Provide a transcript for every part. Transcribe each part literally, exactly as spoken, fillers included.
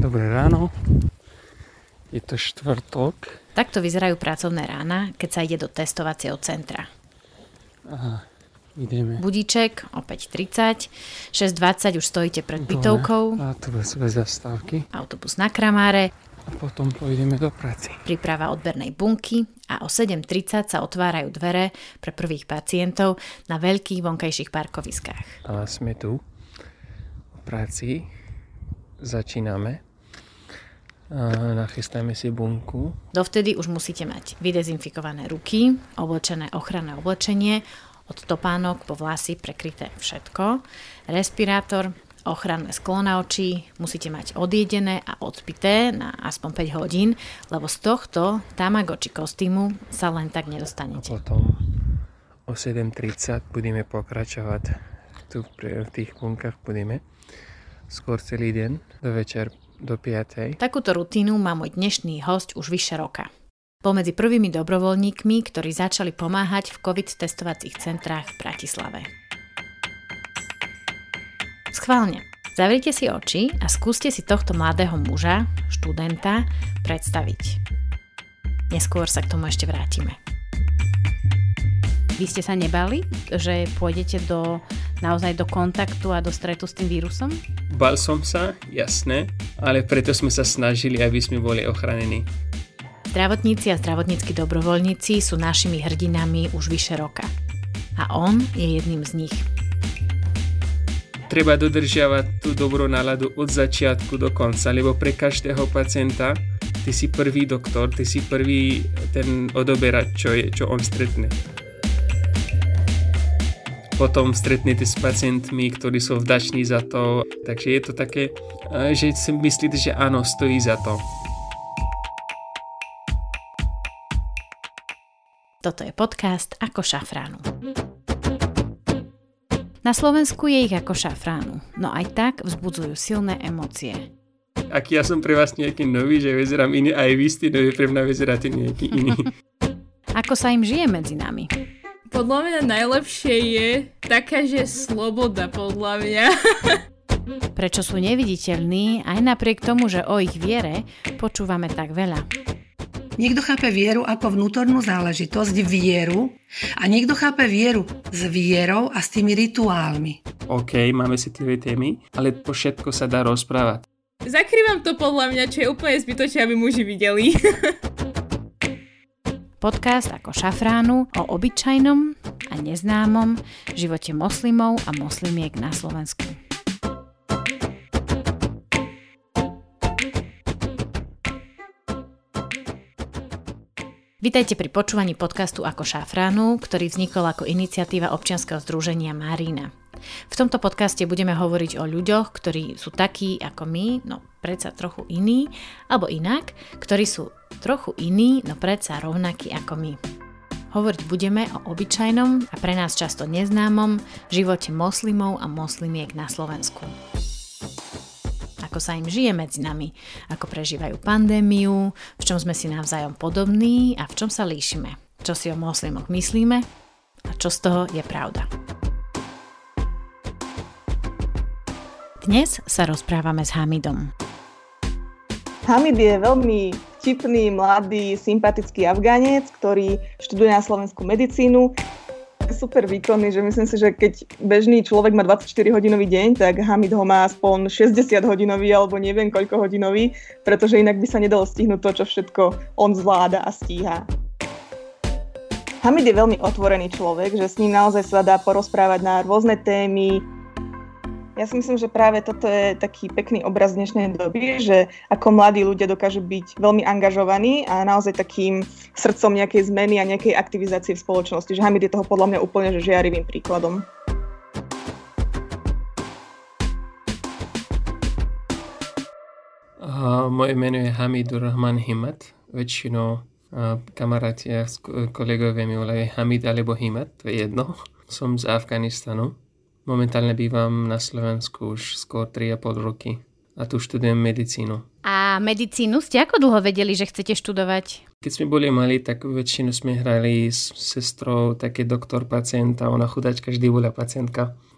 Dobré ráno. Je to štvrtok. Takto vyzerajú pracovné rána, keď sa ide do testovacieho centra. Aha, ideme. Budíček, opäť tridsať, šesť dvadsať už stojíte pred bytovkou. Autobus bez zastávky. Autobus na Kramáre. A potom pôjdeme do práce. Príprava odbernej bunky a o sedem tridsať sa otvárajú dvere pre prvých pacientov na veľkých vonkajších parkoviskách. A sme tu v práci. Začíname. A nachystáme si bunku. Dovtedy už musíte mať vydezinfikované ruky, oblečené ochranné oblečenie, od topánok po vlasy prekryté všetko, respirátor, ochranné sklo na oči, musíte mať odjedené a odpité na aspoň päť hodín, lebo z tohto Tamagotchi kostýmu sa len tak nedostanete. A potom o sedem tridsať budeme pokračovať tu v tých bunkách, budeme skôr celý deň do večer do piatej. Takúto rutínu má môj dnešný hosť už vyše roka. Bol medzi prvými dobrovoľníkmi, ktorí začali pomáhať v COVID testovacích centrách v Bratislave. Schválne, zavrite si oči a skúste si tohto mladého muža, študenta, predstaviť. Neskôr sa k tomu ešte vrátime. Vy ste sa nebali, že pôjdete do, naozaj do kontaktu a do stretu s tým vírusom? Bal som sa, jasné, ale preto sme sa snažili, aby sme boli ochránení. Zdravotníci a zdravotnícki dobrovoľníci sú našimi hrdinami už vyše roka. A on je jedným z nich. Treba dodržiavať tú dobrú náladu od začiatku do konca, lebo pre každého pacienta ty si prvý doktor, ty si prvý ten odoberač, čo, je, čo on stretne. Potom stretnete s pacientmi, ktorí sú vďační za to. Takže je to také, že si myslíte, že áno, stojí za to. Toto je podcast Ako šafránu. Na Slovensku je ich ako šafránu, no aj tak vzbudzujú silné emócie. Ak ja som pre vás nejaký nový, že vyzerám iný, aj vy ste nový, pre mňa vyzeráte nejaký iný. Ako sa im žije medzi nami? Podľa mňa najlepšie je taká, že sloboda, podľa mňa. Prečo sú neviditeľní, aj napriek tomu, že o ich viere počúvame tak veľa. Niekto chápe vieru ako vnútornú záležitosť, vieru, a niekto chápe vieru s vierou a s tými rituálmi. OK, máme citlivé témy, ale po všetko sa dá rozprávať. Zakrývam to podľa mňa, čo je úplne zbytočné, aby muži videli. Podcast Ako šafránu o obyčajnom a neznámom živote moslimov a moslimiek na Slovensku. Vítajte pri počúvaní podcastu Ako šafránu, ktorý vznikol ako iniciatíva občianskeho združenia Marina. V tomto podcaste budeme hovoriť o ľuďoch, ktorí sú takí ako my, no predsa trochu iní, alebo inak, ktorí sú trochu iní, no predsa rovnakí ako my. Hovoriť budeme o obyčajnom a pre nás často neznámom živote moslimov a moslimiek na Slovensku. Ako sa im žije medzi nami, ako prežívajú pandémiu, v čom sme si navzájom podobní a v čom sa líšime, čo si o moslimoch myslíme a čo z toho je pravda. Dnes sa rozprávame s Hamidom. Hamid je veľmi vtipný, mladý, sympatický Afgánec, ktorý študuje na Slovensku medicínu. Super výkonný, že myslím si, že keď bežný človek má dvadsaťštyri hodinový deň, tak Hamid ho má aspoň šesťdesiat hodinový alebo neviem koľko hodinový, pretože inak by sa nedalo stihnúť to, čo všetko on zvláda a stíha. Hamid je veľmi otvorený človek, že s ním naozaj sa dá porozprávať na rôzne témy. Ja si myslím, že práve toto je taký pekný obraz dnešnej doby, že ako mladí ľudia dokážu byť veľmi angažovaní a naozaj takým srdcom nejakej zmeny a nejakej aktivizácie v spoločnosti. Že Hamid je toho podľa mňa úplne že žiarivým príkladom. Uh, moje meno je Hamidur Rahman Himmat. Väčšinou uh, kamaráti a kolegovia mi volajú Hamid alebo Himmat, to je jedno. Som z Afganistanu. Momentálne bývam na Slovensku už skôr tri a pol roky a tu študujem medicínu. A medicínu ste ako dlho vedeli, že chcete študovať? Keď sme boli mali, tak väčšinu sme hrali s sestrou, také doktor, pacient a ona chudačka vždy bola pacientka.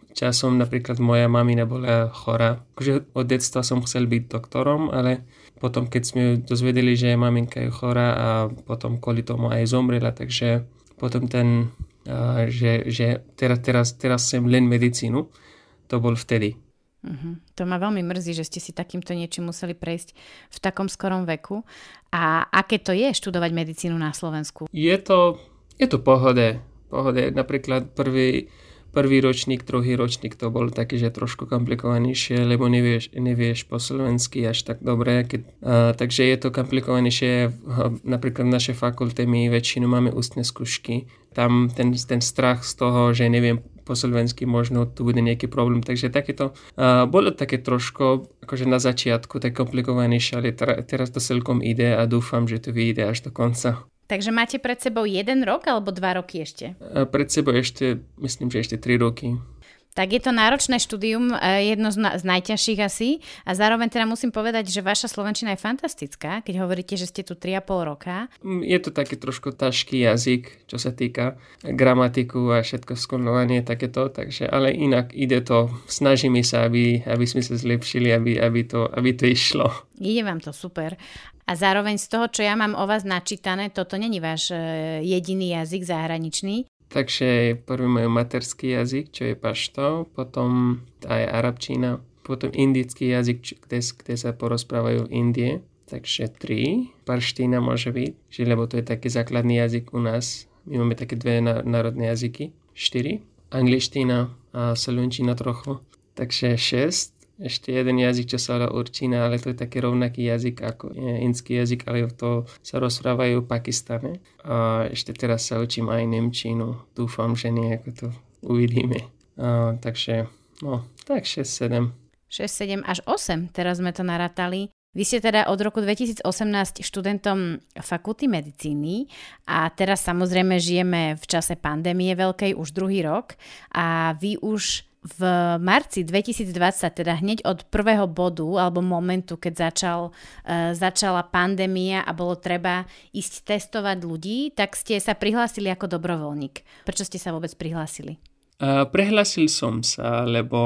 časom napríklad moja mamina bola chorá. Akože od detstva som chcel byť doktorom, ale potom keď sme dozvedeli, že maminka je chorá a potom kvôli tomu aj zomrela, takže potom ten, uh, že, že teraz, teraz, teraz sem len medicínu, to bol vtedy. Uh-huh. To ma veľmi mrzí, že ste si takýmto niečím museli prejsť v takom skorom veku. A aké to je študovať medicínu na Slovensku? Je to, je to pohode. pohode. Napríklad prvý, prvý ročník, druhý ročník to bol taký, že trošku komplikovanejšie, lebo nevieš, nevieš po slovensky až tak dobre. Keď, uh, takže je to komplikovanejšie. Napríklad v našej fakulte my väčšinou máme ústne skúšky. Tam ten, ten strach z toho, že neviem po slovensky, možno tu bude nejaký problém. Takže takéto, uh, bolo také trošku, akože na začiatku, tak komplikovanejšie, ale ter- teraz to celkom ide a dúfam, že to vyjde až do konca. Takže máte pred sebou jeden rok alebo dva roky ešte? Uh, pred sebou ešte, myslím, že ešte tri roky. Tak je to náročné štúdium, jedno z, na, z najťažších asi. A zároveň teda musím povedať, že vaša slovenčina je fantastická, keď hovoríte, že ste tu tri a pol roka. Je to taký trošku ťažký jazyk, čo sa týka gramatiku a všetko sklonovanie takéto, takže, ale inak ide to, snažíme sa, aby, aby sme sa zlepšili, aby, aby, to, aby to išlo. Ide vám to super. A zároveň z toho, čo ja mám o vás načítané, toto není váš jediný jazyk zahraničný. Takže prvý môj materský jazyk, čo je pašto, potom aj arabčina, potom indický jazyk, kde, kde sa porozprávajú v Indie, takže tri. Parština môže byť, že, lebo to je taký základný jazyk u nás. My máme také dve národné jazyky. štyri. Angličtina a slovenčina trochu, takže šesť. Ešte jeden jazyk, čo sa volá určina, ale to je taký rovnaký jazyk ako indský jazyk, ale to sa rozprávajú v Pakistane. A ešte teraz sa učím aj nemčinu. Dúfam, že nejako to uvidíme. A, takže, no, tak šesť sedem. šesť sedem až osem, teraz sme to narátali. Vy ste teda od roku dvetisícosemnásť študentom fakulty medicíny a teraz samozrejme žijeme v čase pandémie veľkej už druhý rok a vy už v marci dvetisícdvadsať, teda hneď od prvého bodu alebo momentu, keď začal, uh, začala pandémia a bolo treba ísť testovať ľudí, tak ste sa prihlásili ako dobrovoľník. Prečo ste sa vôbec prihlásili? Uh, prihlásil som sa, lebo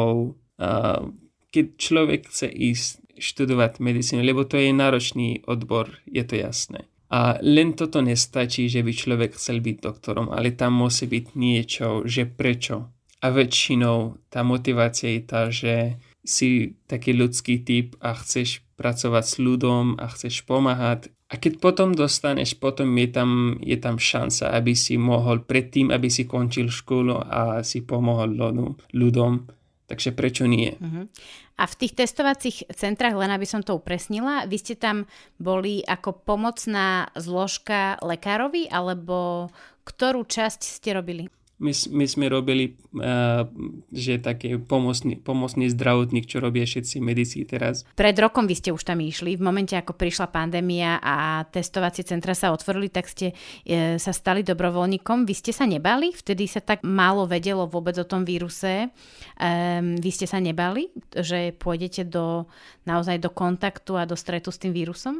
uh, keď človek chce ísť študovať medicínu, lebo to je náročný odbor, je to jasné. A len toto nestačí, že by človek chcel byť doktorom, ale tam musí byť niečo, že prečo. A väčšinou tá motivácia je tá, že si taký ľudský typ a chceš pracovať s ľuďom a chceš pomáhať. A keď potom dostaneš, potom je tam, je tam šanca, aby si mohol predtým, aby si končil školu a si pomohol ľuďom. ľuďom. Takže prečo nie? Uh-huh. A v tých testovacích centrách, len aby som to upresnila, vy ste tam boli ako pomocná zložka lekárovi, alebo ktorú časť ste robili? My, my sme robili, uh, že taký pomocný, pomocný zdravotník, čo robia všetci medici teraz. Pred rokom vy ste už tam išli, v momente ako prišla pandémia a testovacie centra sa otvorili, tak ste e, sa stali dobrovoľníkom. Vy ste sa nebali? Vtedy sa tak málo vedelo vôbec o tom víruse. Um, vy ste sa nebali, že pôjdete do, naozaj do kontaktu a do stretu s tým vírusom?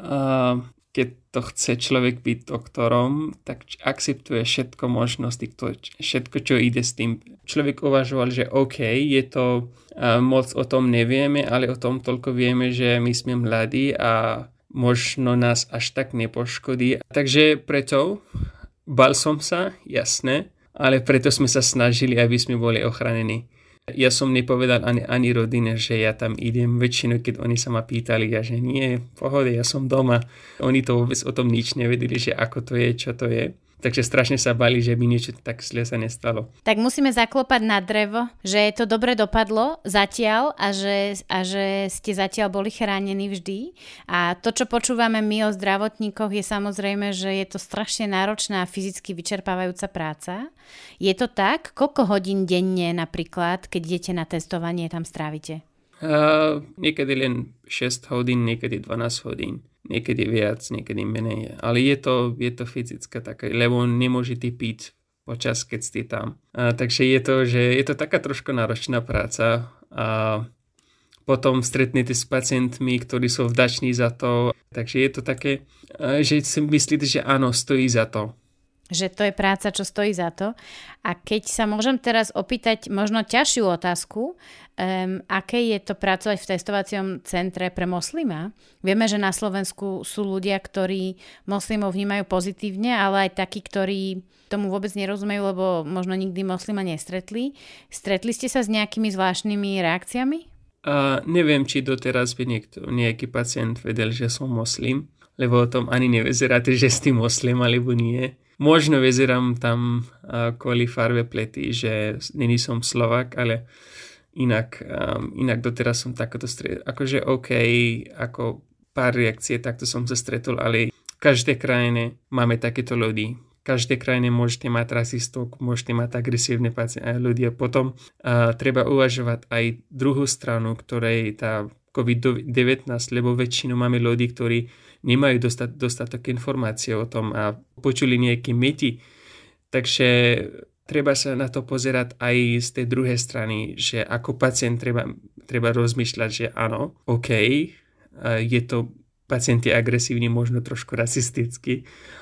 Uh, keď to chce človek byť doktorom, tak akceptuje všetko možnosti, to, všetko, čo ide s tým. Človek uvažoval, že OK, je to, uh, moc o tom nevieme, ale o tom toľko vieme, že my sme mladí a možno nás až tak nepoškodí. Takže preto bal som sa, jasné, ale preto sme sa snažili, aby sme boli ochránení. Ja som nepovedal ani, ani rodine, že ja tam idem. Väčšinou, keď oni sa ma pýtali, ja že nie, pohode, ja som doma. Oni to vôbec o tom nič nevedeli, že ako to je, čo to je. Takže strašne sa bali, že by niečo tak zle sa nestalo. Tak musíme zaklopať na drevo, že to dobre dopadlo zatiaľ a že, a že ste zatiaľ boli chránení vždy. A to, čo počúvame my o zdravotníkoch, je samozrejme, že je to strašne náročná a fyzicky vyčerpávajúca práca. Je to tak? Koľko hodín denne napríklad, keď idete na testovanie, tam strávite? Uh, niekedy len šesť hodín, niekedy dvanásť hodín. Niekedy viac, niekedy menej. Ale je to, je to fyzické také, lebo nemôžete piť počas, keď ste tam. A, takže je to, že je to taká trošku náročná práca. A potom stretnete s pacientmi, ktorí sú vďační za to. Takže je to také, že si myslíte, že áno, stojí za to. že to je práca, čo stojí za to. A keď sa môžem teraz opýtať možno ťažšiu otázku, um, aké je to pracovať v testovacom centre pre moslima? Vieme, že na Slovensku sú ľudia, ktorí moslimov vnímajú pozitívne, ale aj takí, ktorí tomu vôbec nerozumejú, lebo možno nikdy moslima nestretli. Stretli ste sa s nejakými zvláštnymi reakciami? Uh, neviem, či doteraz by niekto, nejaký pacient vedel, že som moslim, lebo o tom ani nevyzeráte, že ste moslim, alebo nie. Možno vyzerám tam uh, kvôli farbe plety, že není som Slovak, ale inak, um, inak doteraz som takoto stretol. Akože OK, ako pár reakcie, takto som sa stretol, ale v každej krajine máme takéto ľudí. V každej krajine môžete mať rasistov, môžete mať agresívne ľudia. Potom uh, treba uvažovať aj druhú stranu, ktorej tá covid devätnásť, lebo väčšinu máme ľudí, ktorí nemajú dostat, dostatok informácie o tom a počuli nejaké mýty. Takže treba sa na to pozerať aj z tej druhej strany, že ako pacient treba, treba rozmýšľať, že áno, OK, je to pacient je agresívny, možno trošku rasistický,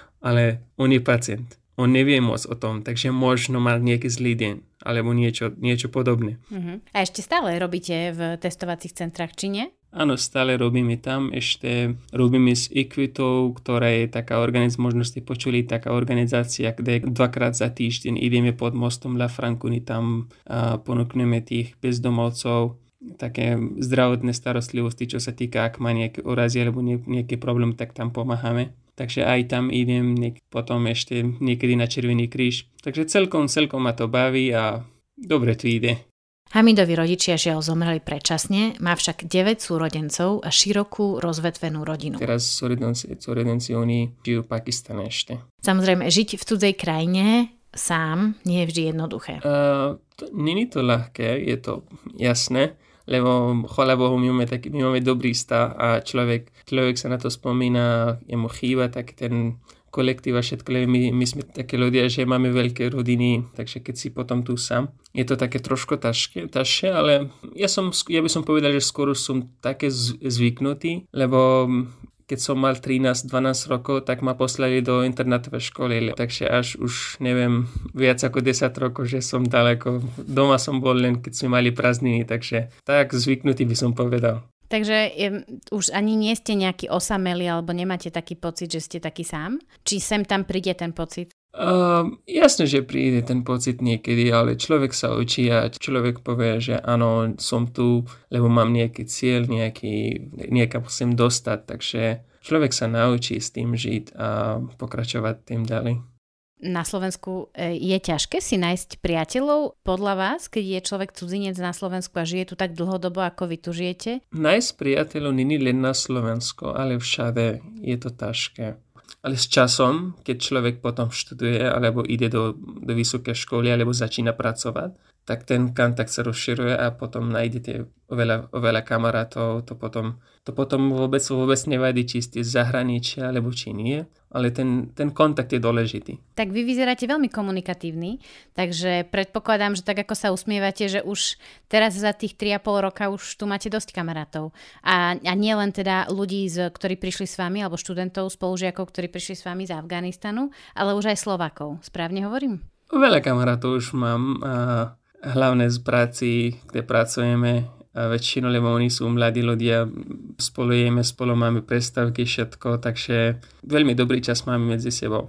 ale on je pacient. On nevie moc o tom, takže možno mal nejaký zlý deň, alebo niečo, niečo podobné. Uh-huh. A ešte stále robíte v testovacích centrách, či nie? Áno, stále robíme tam, ešte robíme s Equitou, ktorá je taká organizácia, možno ste počuli, taká organizácia, kde dvakrát za týždeň ideme pod mostom La Franconi, tam a ponúkneme tých bezdomovcov, také zdravotné starostlivosti, čo sa týka, ak má nejaké úrazy alebo nejaký problém, tak tam pomáhame. Takže aj tam idem, niek- potom ešte niekedy na Červený kríž. Takže celkom, celkom ma to baví a dobre to ide. Hamidovi rodičia žiaľ zomreli predčasne, má však deväť súrodencov a širokú rozvetvenú rodinu. Teraz súrodenci, súrodenci oni žijú v Pakistane ešte. Samozrejme, žiť v cudzej krajine sám nie je vždy jednoduché. Uh, to, není to ľahké, je to jasné, lebo chvála Bohu, my máme, taký, my máme dobrý stav a človek, človek sa na to spomína, jemu chýba tak ten kolektív a všetko, lebo my, my sme také ľudia, že máme veľké rodiny, takže keď si potom tu sám, je to také trošku ťažké, ťažšie, ale ja, som, ja by som povedal, že skoro som také zvyknutý, lebo keď som mal trinásť dvanásť rokov, tak ma poslali do internátovej školy, takže až už neviem, viac ako desať rokov, že som daleko. Doma som bol len, keď sme mali prázdniny, takže tak zvyknutý by som povedal. Takže je, už ani nie ste nejaký osamelý, alebo nemáte taký pocit, že ste taký sám? Či sem tam príde ten pocit? Uh, jasne, že príde ten pocit niekedy, ale človek sa učí a človek povie, že áno, som tu, lebo mám nejaký cieľ, nejaký, niekam musím dostať, takže človek sa naučí s tým žiť a pokračovať tým ďalej. Na Slovensku je ťažké si nájsť priateľov podľa vás, keď je človek cudzinec na Slovensku a žije tu tak dlhodobo, ako vy tu žijete? Nájsť priateľov nie len na Slovensku, ale všade je to ťažké. Ale s časom, keď človek potom študuje alebo ide do, do vysokej školy alebo začína pracovať, tak ten kontakt sa rozširuje a potom nájdete oveľa, oveľa kamarátov. To potom, to potom vôbec, vôbec nevadí, či ste z zahraničia alebo či nie, ale ten, ten kontakt je dôležitý. Tak vy vyzeráte veľmi komunikatívny, takže predpokladám, že tak ako sa usmievate, že už teraz za tých tri a pol roka už tu máte dosť kamarátov. A, a nie len teda ľudí, z, ktorí prišli s vami, alebo študentov, spolužiakov, ktorí prišli s vami z Afganistanu, ale už aj Slovákov. Správne hovorím? Veľa kamarátov už mám a hlavne z práci, kde pracujeme a väčšinou, lebo oni sú mladí ľudia, spolu jeme, spolu máme prestávky, všetko, takže veľmi dobrý čas máme medzi sebou.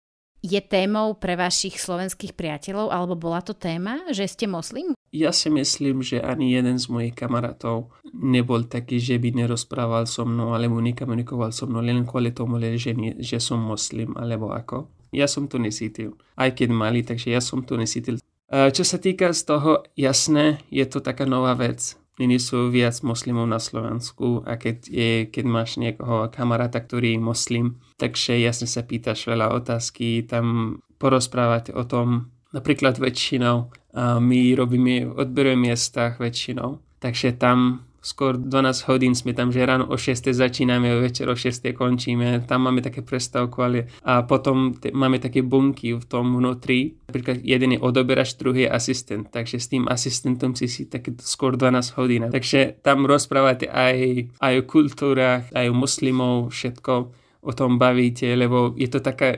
Je témou pre vašich slovenských priateľov, alebo bola to téma, že ste moslim? Ja si myslím, že ani jeden z mojich kamarátov nebol taký, že by nerozprával so mnou, alebo nekomunikoval so mnou, len kvôli tomu, že, nie, že som moslim, alebo ako. Ja som to nesítil, aj keď mali, takže ja som to nesítil. Čo sa týka z toho, jasné, je to taká nová vec. Nie sú viac moslimov na Slovensku a keď, je, keď máš niekoho kamaráta, ktorý je moslim, takže jasne sa pýtaš veľa otázky, tam porozprávate o tom. Napríklad väčšinou a my robíme odbery v miestach väčšinou, takže tam skôr dvanásť hodín sme tam, že ráno o šiestej začíname, večer o šiestej končíme, tam máme také prestávku, ale a potom te, máme také bunky v tom vnútri, napríklad jeden je odoberač, druhý je asistent, takže s tým asistentom si si také skôr dvanásť hodín, takže tam rozprávate aj, aj o kultúrach, aj o muslimov, všetko o tom bavíte, lebo je to taká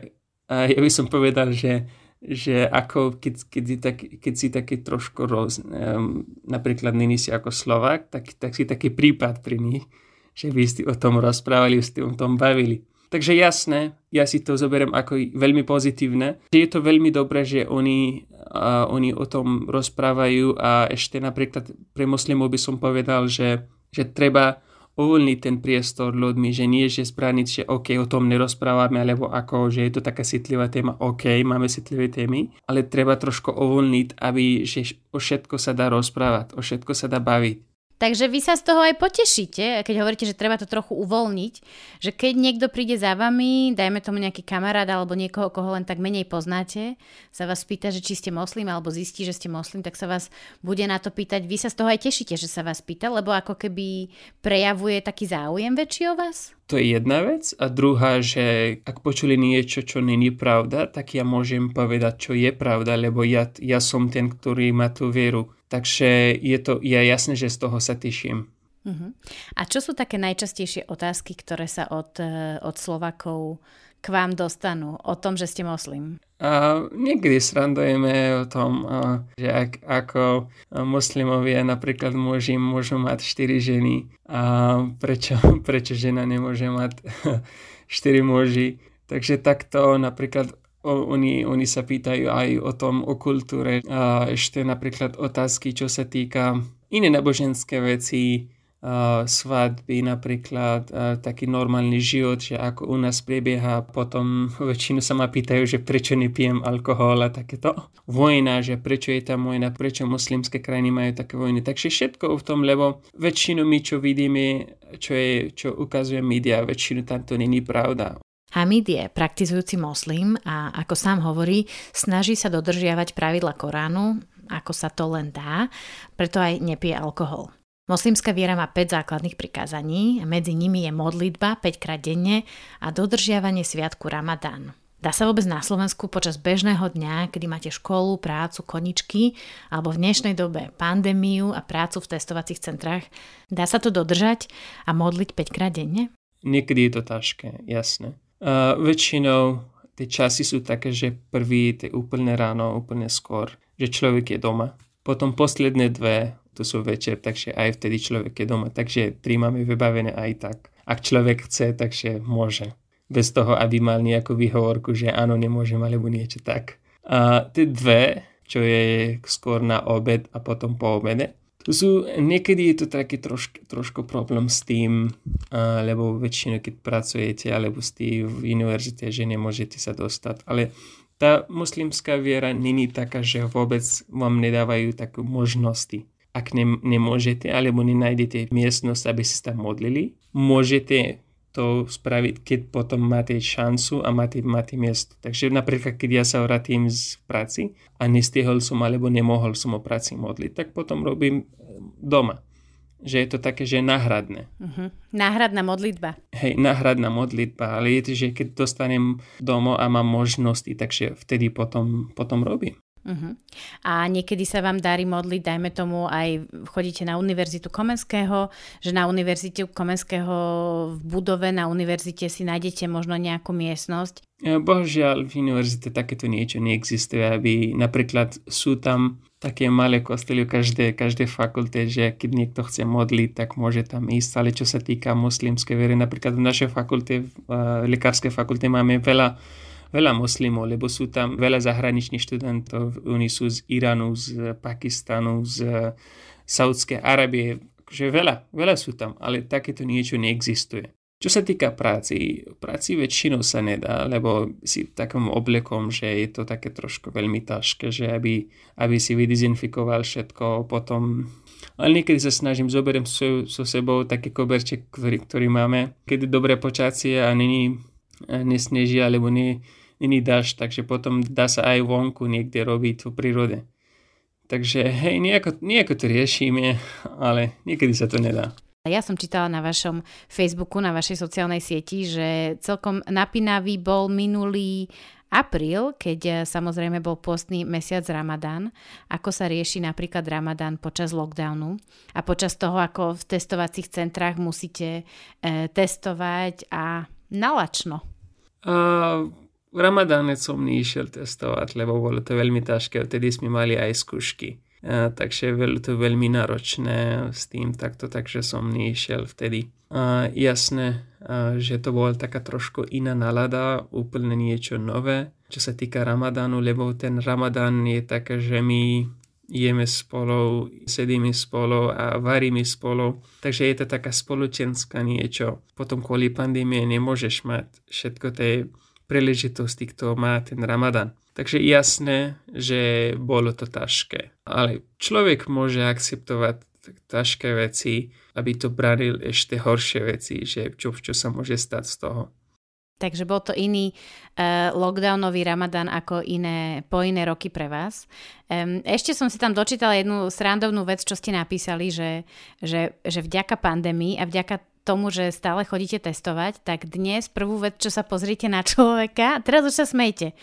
A ja by som povedal, že, že ako keď, keď, si tak, keď si taký trošku roz... Um, napríklad není si ako Slovák, tak, tak si taký prípad pri nich, že by ste o tom rozprávali, ste o tom bavili. Takže jasné, ja si to zoberiem ako veľmi pozitívne. Je to veľmi dobré, že oni, uh, oni o tom rozprávajú a ešte napríklad pre moslimov by som povedal, že, že treba uvoľniť ten priestor ľuďmi, že nie, že zbraniť, že OK, o tom nerozprávame, alebo ako, že je to taká citlivá téma, OK, máme citlivé témy, ale treba trošku uvoľniť, aby že o všetko sa dá rozprávať, o všetko sa dá baviť. Takže vy sa z toho aj potešíte, keď hovoríte, že treba to trochu uvoľniť, že keď niekto príde za vami, dajme tomu nejaký kamarát alebo niekoho, koho len tak menej poznáte, sa vás pýta, že či ste moslim alebo zistí, že ste moslim, tak sa vás bude na to pýtať. Vy sa z toho aj tešíte, že sa vás pýta, lebo ako keby prejavuje taký záujem väčší o vás? To je jedna vec. A druhá, že ak počuli niečo, čo není pravda, tak ja môžem povedať, čo je pravda, lebo ja, ja som ten, ktorý má tú vieru. Takže je to je jasné, že z toho sa teším. Uh-huh. A čo sú také najčastejšie otázky, ktoré sa od, od Slovákov k vám dostanú o tom, že ste moslim? A niekedy srandujeme o tom, že ak, ako moslimovia napríklad muži môžu mať štyri ženy a prečo, prečo žena nemôže mať štyri muži. Takže takto napríklad O, oni, oni sa pýtajú aj o tom, o kultúre. A ešte napríklad otázky, čo sa týka iné náboženské veci, a svadby napríklad, a taký normálny život, že ako u nás prebieha. Potom väčšinu sa ma pýtajú, že prečo nepijem alkohol a takéto. Vojna, že prečo je tam vojna, prečo moslimské krajiny majú také vojny. Takže všetko v tom, lebo väčšinu my, čo vidíme, čo, je, čo ukazuje média, väčšinu tam to není pravda. Hamid je praktizujúci moslim a ako sám hovorí, snaží sa dodržiavať pravidla Koránu, ako sa to len dá, preto aj nepije alkohol. Moslimská viera má päť základných prikázaní, medzi nimi je modlitba päť krát denne a dodržiavanie sviatku Ramadán. Dá sa vôbec na Slovensku počas bežného dňa, kedy máte školu, prácu, koničky, alebo v dnešnej dobe pandémiu a prácu v testovacích centrách, dá sa to dodržať a modliť päť krát denne? Niekedy je to ťažké, jasné. Uh, väčšinou tie časy sú také, že prvý je úplne ráno, úplne skôr, že človek je doma. Potom posledné dve, to sú večer, takže aj vtedy človek je doma. Takže tri máme vybavené aj tak. Ak človek chce, takže môže. Bez toho, aby mal nejakú výhovorku, že áno, nemôžem, alebo niečo tak. A tie dve, čo je skôr na obed a potom po obede, to sú, niekedy je to taký trošku, trošku problém s tým, uh, lebo väčšinou, keď pracujete alebo ste v univerzite, že nemôžete sa dostať. Ale tá moslimská viera není taká, že vôbec vám nedávajú takú možnosti. Ak ne, nemôžete alebo nenájdete miestnosť, aby ste tam modlili, môžete to spraviť, keď potom máte šancu a máte, máte miesto. Takže napríklad, keď ja sa vrátim z práci a nestihol som alebo nemohol som o práci modliť, tak potom robím doma. Že je to také, že náhradné. Uh-huh. Náhradná modlitba. Hej, náhradná modlitba, ale je to, že keď dostanem domov a mám možnosti, takže vtedy potom, potom robím. Uh-huh. A niekedy sa vám darí modliť, dajme tomu aj chodíte na Univerzitu Komenského, že na Univerzitu Komenského v budove na univerzite si nájdete možno nejakú miestnosť. Bohužiaľ v univerzite takéto niečo neexistuje, aby napríklad sú tam také malé kostely v každej, každej fakulte, že keď niekto chce modliť, tak môže tam ísť, ale čo sa týka moslimskej viery, napríklad v našej fakulte, v lekárskej fakulte máme veľa veľa moslimov, lebo sú tam veľa zahraničných študentov, oni sú z Iránu, z Pakistanu, z Saúdskej Arábie, že veľa, veľa sú tam, ale takéto niečo neexistuje. Čo sa týka práci, práci väčšinou sa nedá, lebo si takým oblekom, že je to také trošku veľmi ťažké, že aby, aby si vydezinfikoval všetko, potom... Ale niekedy sa snažím, zoberiem so, so sebou taký koberček, ktorý, ktorý máme, keď je dobré počasie a není, nesneží, alebo nie není dážď, takže potom dá sa aj vonku niekde robiť v prírode. Takže hej, nejako, nejako to riešime, ale niekedy sa to nedá. Ja som čítala na vašom Facebooku, na vašej sociálnej sieti, že celkom napínavý bol minulý apríl, keď samozrejme bol postný mesiac Ramadán. Ako sa rieši napríklad Ramadán počas lockdownu a počas toho, ako v testovacích centrách musíte e, testovať a nalačno? Uh, v Ramadáne som nešiel testovať, lebo bolo to veľmi ťažké, vtedy sme mali aj skúšky. Uh, takže bolo to veľmi náročné s tým takto, takže som nešiel vtedy. Uh, jasné, uh, že to bola taká trošku iná nálada, úplne niečo nové, čo sa týka Ramadánu, lebo ten Ramadán je také, že my jeme spolu, sedíme spolu a varíme spolu, takže je to taká spoločenská niečo. Potom kvôli pandémie nemôžeš mať všetko tie príležitosti, kto má ten Ramadán. Takže jasné, že bolo to ťažké. Ale človek môže akceptovať ťažké veci, aby to branil ešte horšie veci, že čo, čo sa môže stať z toho. Takže bol to iný uh, lockdownový Ramadán ako iné, po iné roky pre vás. Um, ešte som si tam dočítala jednu srandovnú vec, čo ste napísali, že, že, že vďaka pandémii a vďaka tomu, že stále chodíte testovať, tak dnes prvú vec, čo sa pozrite na človeka, teraz už sa smejte.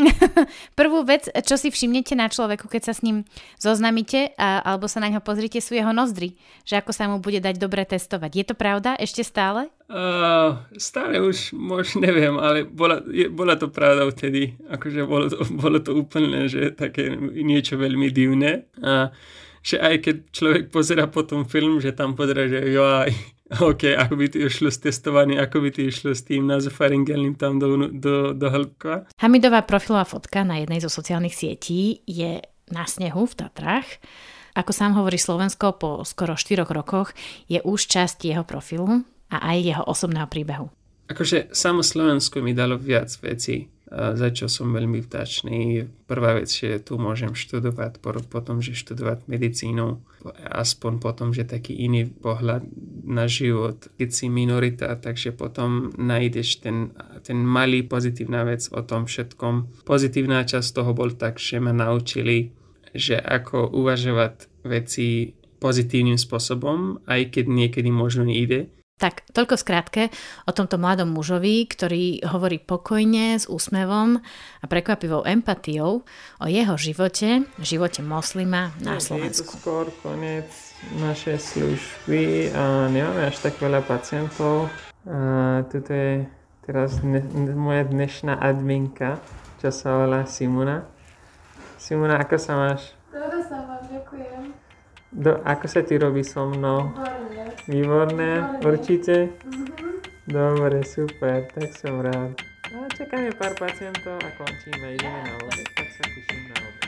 Prvú vec, čo si všimnete na človeku, keď sa s ním zoznamíte a, alebo sa na ňo pozrite, sú jeho nozdry, že ako sa mu bude dať dobre testovať. Je to pravda ešte stále? Uh, stále už možno neviem, ale bola, je, bola to pravda vtedy. Akože bolo to, bolo to úplne, že také niečo veľmi divné. A že aj keď človek pozerá potom film, že tam pozerá, že joj, OK, ako by to išlo s testovaním, ako by to išlo s tým nazoffaringelným tam do, do, do hĺbka. Hamidová profilová fotka na jednej zo sociálnych sietí je na snehu v Tatrách. Ako sám hovorí, Slovensko po skoro štyroch rokoch je už časť jeho profilu a aj jeho osobného príbehu. Akože samo Slovensko mi dalo viac vecí, za čo som veľmi vďačný. Prvá vec, že tu môžem študovať, potom, že študovať medicínu, aspoň potom, že taký iný pohľad na život. Keď si minorita, takže potom nájdeš ten, ten malý pozitívna vec o tom všetkom. Pozitívna časť toho bol tak, že ma naučili, že ako uvažovať veci pozitívnym spôsobom, aj keď niekedy možno nejde. Tak, toľko skrátke o tomto mladom mužovi, ktorý hovorí pokojne, s úsmevom a prekvapivou empatiou o jeho živote, živote moslima na Slovensku. Je to skôr koniec našej služby a nemáme až tak veľa pacientov. A tuto je teraz ne, moja dnešná adminka, čo sa volá Simona. Simona, ako sa máš? Dobre sa mám, ďakujem. Do, ako sa ti robí so mnou? Výborne. Výborné? Určite? Mm-hmm. Dobre, super, tak som rád. A čakáme pár pacientov a končíme, ideme na obed, tak sa teším na obed.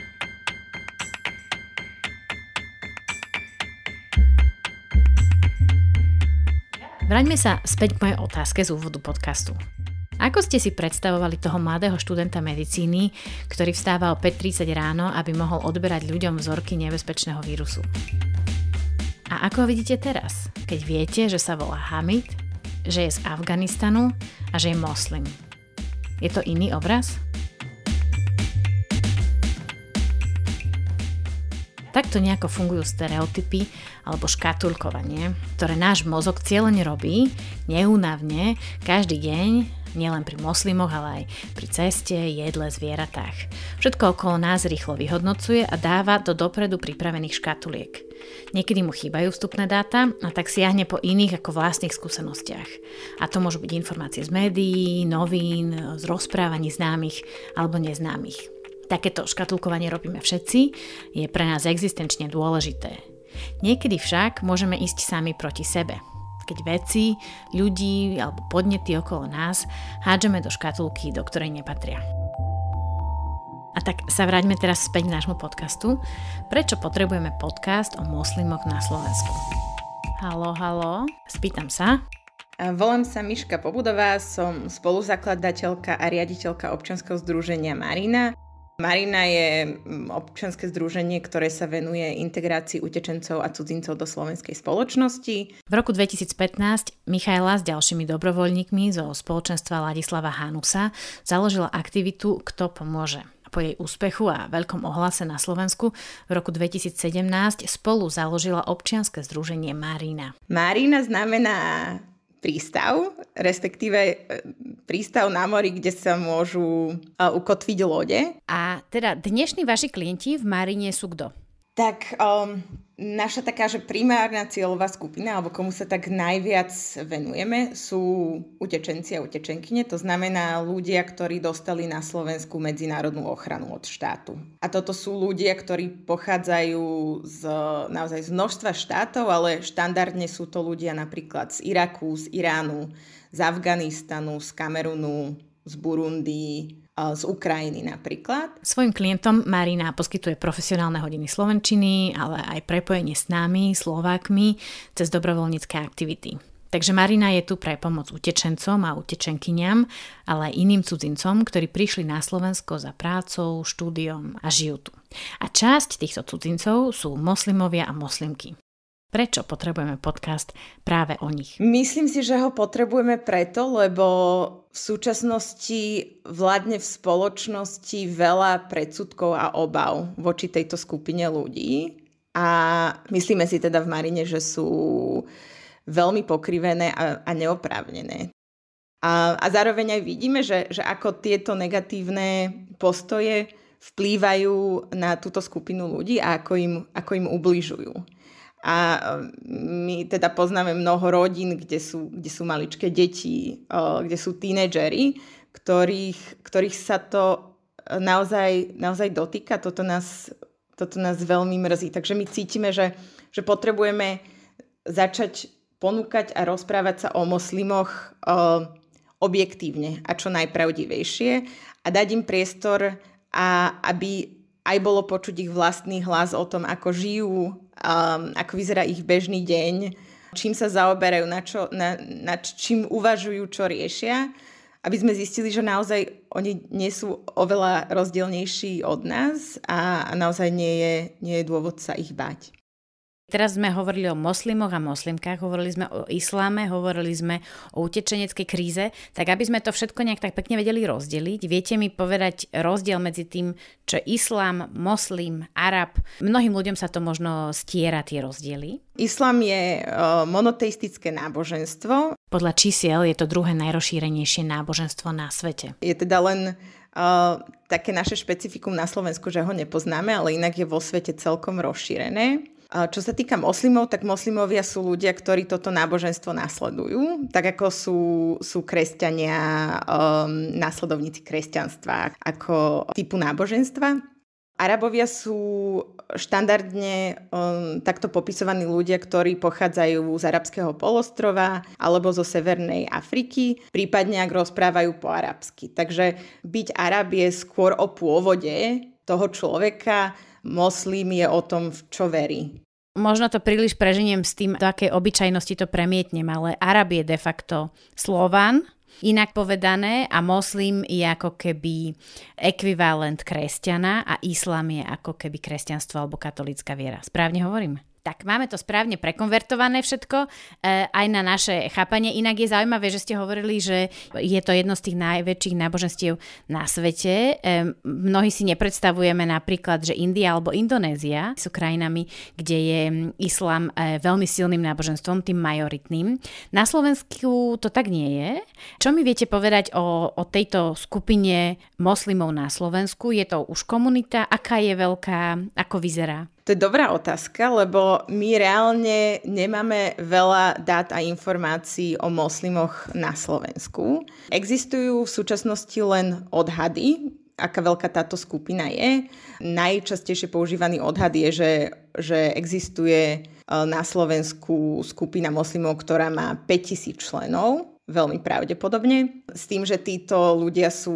Vráťme sa späť k mojej otázke z úvodu podcastu. Ako ste si predstavovali toho mladého študenta medicíny, ktorý vstáva o päť tridsať ráno, aby mohol odberať ľuďom vzorky nebezpečného vírusu? A ako ho vidíte teraz, keď viete, že sa volá Hamid, že je z Afganistanu a že je moslim? Je to iný obraz? Takto nejako fungujú stereotypy alebo škatulkovanie, ktoré náš mozog cieľene robí, neúnavne, každý deň, nielen pri moslimoch, ale aj pri ceste, jedle, zvieratách. Všetko okolo nás rýchlo vyhodnocuje a dáva do dopredu pripravených škatuliek. Niekedy mu chýbajú vstupné dáta a tak siahne po iných ako vlastných skúsenostiach. A to môžu byť informácie z médií, novín, z rozprávaní známych alebo neznámych. Takéto škatulkovanie robíme všetci, je pre nás existenčne dôležité. Niekedy však môžeme ísť sami proti sebe. Keď veci, ľudí alebo podnety okolo nás hádžeme do škatulky, do ktorej nepatria. A tak sa vráťme teraz späť k nášmu podcastu. Prečo potrebujeme podcast o moslimoch na Slovensku? Haló, haló, spýtam sa. Volám sa Miška Pobudová, som spoluzakladateľka a riaditeľka občianskeho združenia Marina. Marina je občianske združenie, ktoré sa venuje integrácii utečencov a cudzincov do slovenskej spoločnosti. V roku dvetisícpätnásť Michaela s ďalšími dobrovoľníkmi zo spoločenstva Ladislava Hanusa založila aktivitu Kto pomôže. Po jej úspechu a veľkom ohlase na Slovensku v roku dvetisícsedemnásť spolu založila občianske združenie Marina. Marina znamená prístav, respektíve prístav na mori, kde sa môžu ukotviť lode. A teda dnešní vaši klienti v Marine sú kto? Tak um, Naša taká, že primárna cieľová skupina, alebo komu sa tak najviac venujeme, sú utečenci a utečenkyne. To znamená ľudia, ktorí dostali na Slovensku medzinárodnú ochranu od štátu. A toto sú ľudia, ktorí pochádzajú z, naozaj z množstva štátov, ale štandardne sú to ľudia napríklad z Iraku, z Iránu, z Afganistanu, z Kamerunu, z Burundi, z Ukrajiny napríklad. Svojim klientom Marina poskytuje profesionálne hodiny slovenčiny, ale aj prepojenie s nami, Slovákmi, cez dobrovoľnícke aktivity. Takže Marina je tu pre pomoc utečencom a utečenkyňam, ale aj iným cudzincom, ktorí prišli na Slovensko za prácou, štúdiom a žijú tu. A časť týchto cudzincov sú moslimovia a moslimky. Prečo potrebujeme podcast práve o nich? Myslím si, že ho potrebujeme preto, lebo v súčasnosti vládne v spoločnosti veľa predsudkov a obav voči tejto skupine ľudí. A myslíme si teda v Marine, že sú veľmi pokrivené a, a neoprávnené. A, a zároveň aj vidíme, že, že ako tieto negatívne postoje vplývajú na túto skupinu ľudí a ako im, ako im ubližujú. A my teda poznáme mnoho rodín, kde sú, kde sú maličké deti, kde sú tínedžeri, ktorých, ktorých sa to naozaj, naozaj dotýka. Toto nás, toto nás veľmi mrzí. Takže my cítime, že, že potrebujeme začať ponúkať a rozprávať sa o moslimoch objektívne a čo najpravdivejšie a dať im priestor, a aby aj bolo počuť ich vlastný hlas o tom, ako žijú, um, ako vyzerá ich bežný deň, čím sa zaoberajú, na čo, na, na čím uvažujú, čo riešia, aby sme zistili, že naozaj oni nie sú oveľa rozdielnejší od nás a, a naozaj nie je, nie je dôvod sa ich báť. Teraz sme hovorili o moslimoch a moslimkách, hovorili sme o isláme, hovorili sme o utečeneckej kríze, tak aby sme to všetko nejak tak pekne vedeli rozdeliť, viete mi povedať rozdiel medzi tým, čo je islám, moslim, arab? Mnohým ľuďom sa to možno stiera, tie rozdiely. Islám je uh, monoteistické náboženstvo. Podľa čísiel je to druhé najrozšírenejšie náboženstvo na svete. Je teda len uh, také naše špecifikum na Slovensku, že ho nepoznáme, ale inak je vo svete celkom rozšírené. Čo sa týka moslimov, tak moslimovia sú ľudia, ktorí toto náboženstvo nasledujú, tak ako sú, sú kresťania, um, následovníci kresťanstva ako typu náboženstva. Arabovia sú štandardne um, takto popisovaní ľudia, ktorí pochádzajú z arabského polostrova alebo zo Severnej Afriky, prípadne ak rozprávajú po arabsky. Takže byť Arab je skôr o pôvode toho človeka, moslim je o tom, v čo verí. Možno to príliš preženiem s tým, do akej obyčajnosti to premietnem, ale Arab je de facto Slován, inak povedané, a moslim je ako keby ekvivalent kresťana a islám je ako keby kresťanstvo alebo katolícka viera. Správne hovorím? Tak máme to správne prekonvertované všetko, e, aj na naše chápanie. Inak je zaujímavé, že ste hovorili, že je to jedno z tých najväčších náboženstiev na svete. E, mnohí si nepredstavujeme napríklad, že India alebo Indonézia sú krajinami, kde je islám e, veľmi silným náboženstvom, tým majoritným. Na Slovensku to tak nie je. Čo mi viete povedať o, o tejto skupine moslimov na Slovensku? Je to už komunita? Aká je veľká? Ako vyzerá? To je dobrá otázka, lebo my reálne nemáme veľa dát a informácií o moslimoch na Slovensku. Existujú v súčasnosti len odhady, aká veľká táto skupina je. Najčastejšie používaný odhad je, že, že existuje na Slovensku skupina moslimov, ktorá má päťtisíc členov, veľmi pravdepodobne, s tým, že títo ľudia sú,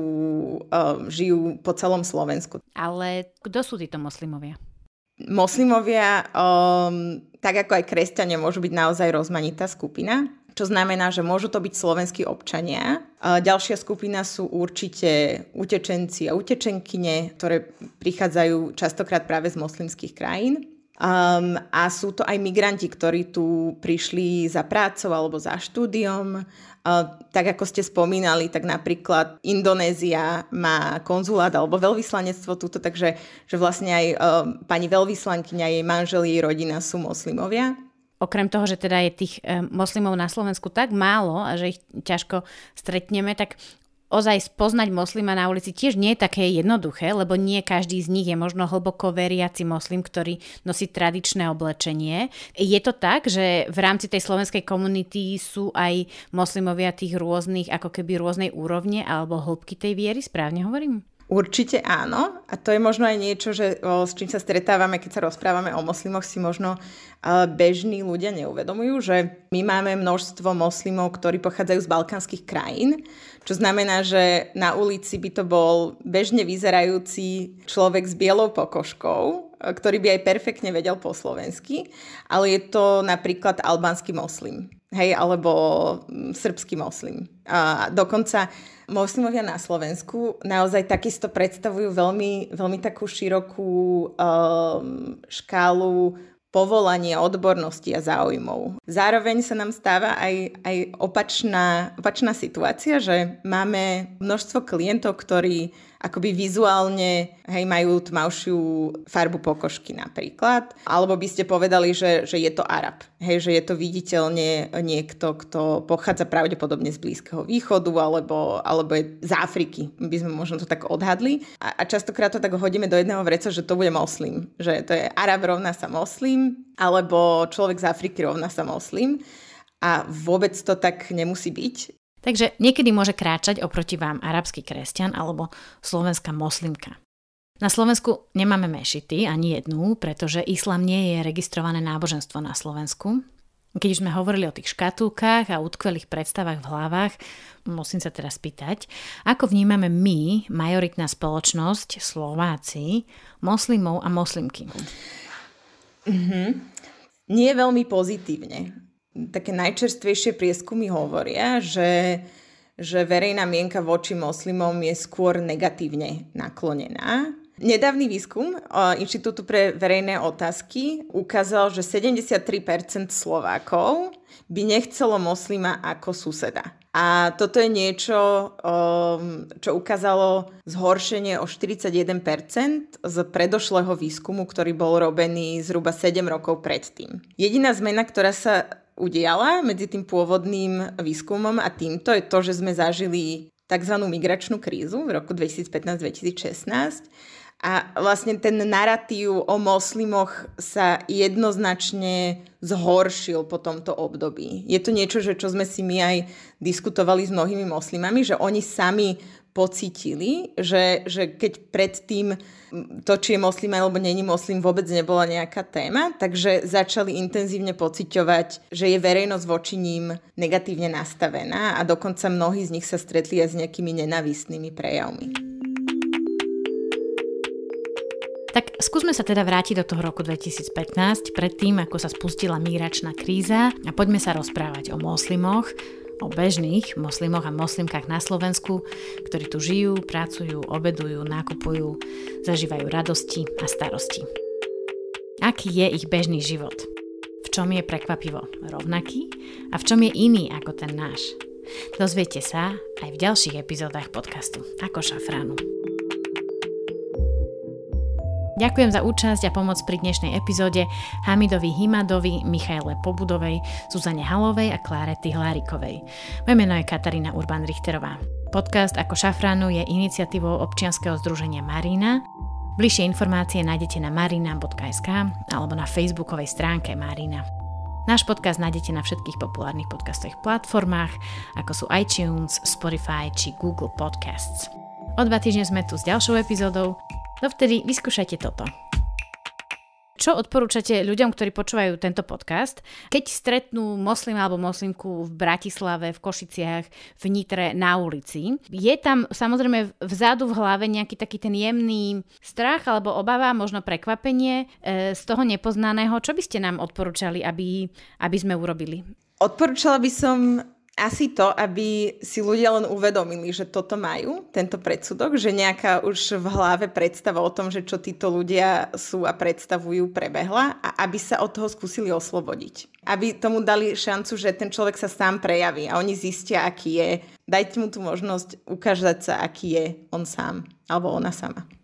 žijú po celom Slovensku. Ale kto sú títo moslimovia? Moslimovia, um, tak ako aj kresťania, môžu byť naozaj rozmanitá skupina, čo znamená, že môžu to byť slovenskí občania. Uh, ďalšia skupina sú určite utečenci a utečenkyne, ktoré prichádzajú častokrát práve z moslimských krajín. Um, a sú to aj migranti, ktorí tu prišli za prácou alebo za štúdiom. Uh, tak ako ste spomínali, tak napríklad Indonézia má konzulát alebo veľvyslanectvo tuto, takže že vlastne aj uh, pani veľvyslankyňa, jej manžel, jej rodina sú moslimovia. Okrem toho, že teda je tých um, moslimov na Slovensku tak málo a že ich ťažko stretneme, tak ozaj spoznať moslima na ulici tiež nie je také jednoduché, lebo nie každý z nich je možno hlboko veriaci moslim, ktorý nosí tradičné oblečenie. Je to tak, že v rámci tej slovenskej komunity sú aj moslimovia tých rôznych, ako keby rôznej úrovne alebo hĺbky tej viery, správne hovorím? Určite áno. A to je možno aj niečo, že, o, s čím sa stretávame, keď sa rozprávame o moslimoch, si možno ale bežní ľudia neuvedomujú, že my máme množstvo moslimov, ktorí pochádzajú z balkánskych krajín, čo znamená, že na ulici by to bol bežne vyzerajúci človek s bielou pokožkou, ktorý by aj perfektne vedel po slovensky, ale je to napríklad albánsky moslim, hej, alebo srbský moslim. A dokonca moslimovia na Slovensku naozaj takisto predstavujú veľmi, veľmi takú širokú um, škálu povolania, odbornosti a záujmov. Zároveň sa nám stáva aj, aj opačná, opačná situácia, že máme množstvo klientov, ktorí akoby vizuálne, hej, majú tmavšiu farbu pokožky napríklad, alebo by ste povedali, že, že je to Arab, hej, že je to viditeľne niekto, kto pochádza pravdepodobne z Blízkeho východu, alebo, alebo je z Afriky, by sme možno to tak odhadli. A, a častokrát to tak hodíme do jedného vreca, že to bude moslim, že to je Arab rovná sa moslim, alebo človek z Afriky rovná sa moslim. A vôbec to tak nemusí byť. Takže niekedy môže kráčať oproti vám arabský kresťan alebo slovenská moslimka. Na Slovensku nemáme mešity, ani jednu, pretože islám nie je registrované náboženstvo na Slovensku. Keď už sme hovorili o tých škatulkách a utkvelých predstavách v hlavách, musím sa teraz spýtať, ako vnímame my, majoritná spoločnosť, Slováci, moslimov a moslimky? Mm-hmm. Nie veľmi pozitívne. Také najčerstvejšie prieskumy hovoria, že, že verejná mienka voči moslimom je skôr negatívne naklonená. Nedávny výskum Inštitútu pre verejné otázky ukázal, že sedemdesiattri percent Slovákov by nechcelo moslima ako suseda. A toto je niečo, čo ukázalo zhoršenie o štyridsaťjeden percent z predošlého výskumu, ktorý bol robený zhruba sedem rokov predtým. Jediná zmena, ktorá sa udiala medzi tým pôvodným výskumom a týmto je to, že sme zažili tzv. Migračnú krízu v roku dvetisícpätnásť dvetisícšestnásť a vlastne ten naratív o moslimoch sa jednoznačne zhoršil po tomto období. Je to niečo, že čo sme si my aj diskutovali s mnohými moslimami, že oni sami pocítili, že, že keď predtým to, či je moslim alebo není moslim, vôbec nebola nejaká téma, takže začali intenzívne pociťovať, že je verejnosť voči ním negatívne nastavená a dokonca mnohí z nich sa stretli aj s nejakými nenávistnými prejavmi. Tak skúsme sa teda vrátiť do toho roku dvetisícpätnásť, predtým, ako sa spustila migračná kríza a poďme sa rozprávať o moslimoch, o bežných moslimoch a moslimkách na Slovensku, ktorí tu žijú, pracujú, obedujú, nakupujú, zažívajú radosti a starosti. Aký je ich bežný život? V čom je prekvapivo rovnaký a v čom je iný ako ten náš? Dozviete sa aj v ďalších epizódach podcastu Ako šafránu. Ďakujem za účasť a pomoc pri dnešnej epizóde Hamidovi Himadovi, Michaele Pobudovej, Zuzane Halovej a Klárety Hlárikovej. Moje meno je Katarína Urban-Richterová. Podcast Ako šafránu je iniciatívou občianskeho združenia Marína. Bližšie informácie nájdete na marina bodka es ká alebo na facebookovej stránke Marína. Náš podcast nájdete na všetkých populárnych podcastových platformách, ako sú iTunes, Spotify či Google Podcasts. O dva týždne sme tu s ďalšou epizódou. Dovtedy vyskúšajte toto. Čo odporúčate ľuďom, ktorí počúvajú tento podcast, keď stretnú moslima alebo moslimku v Bratislave, v Košiciach, v Nitre na ulici? Je tam samozrejme vzadu v hlave nejaký taký ten jemný strach alebo obava, možno prekvapenie e, z toho nepoznaného. Čo by ste nám odporúčali, aby, aby sme urobili? Odporúčala by som asi to, aby si ľudia len uvedomili, že toto majú, tento predsudok, že nejaká už v hlave predstava o tom, že čo títo ľudia sú a predstavujú, prebehla a aby sa od toho skúsili oslobodiť. Aby tomu dali šancu, že ten človek sa sám prejaví a oni zistia, aký je. Dajte mu tú možnosť ukázať sa, aký je on sám alebo ona sama.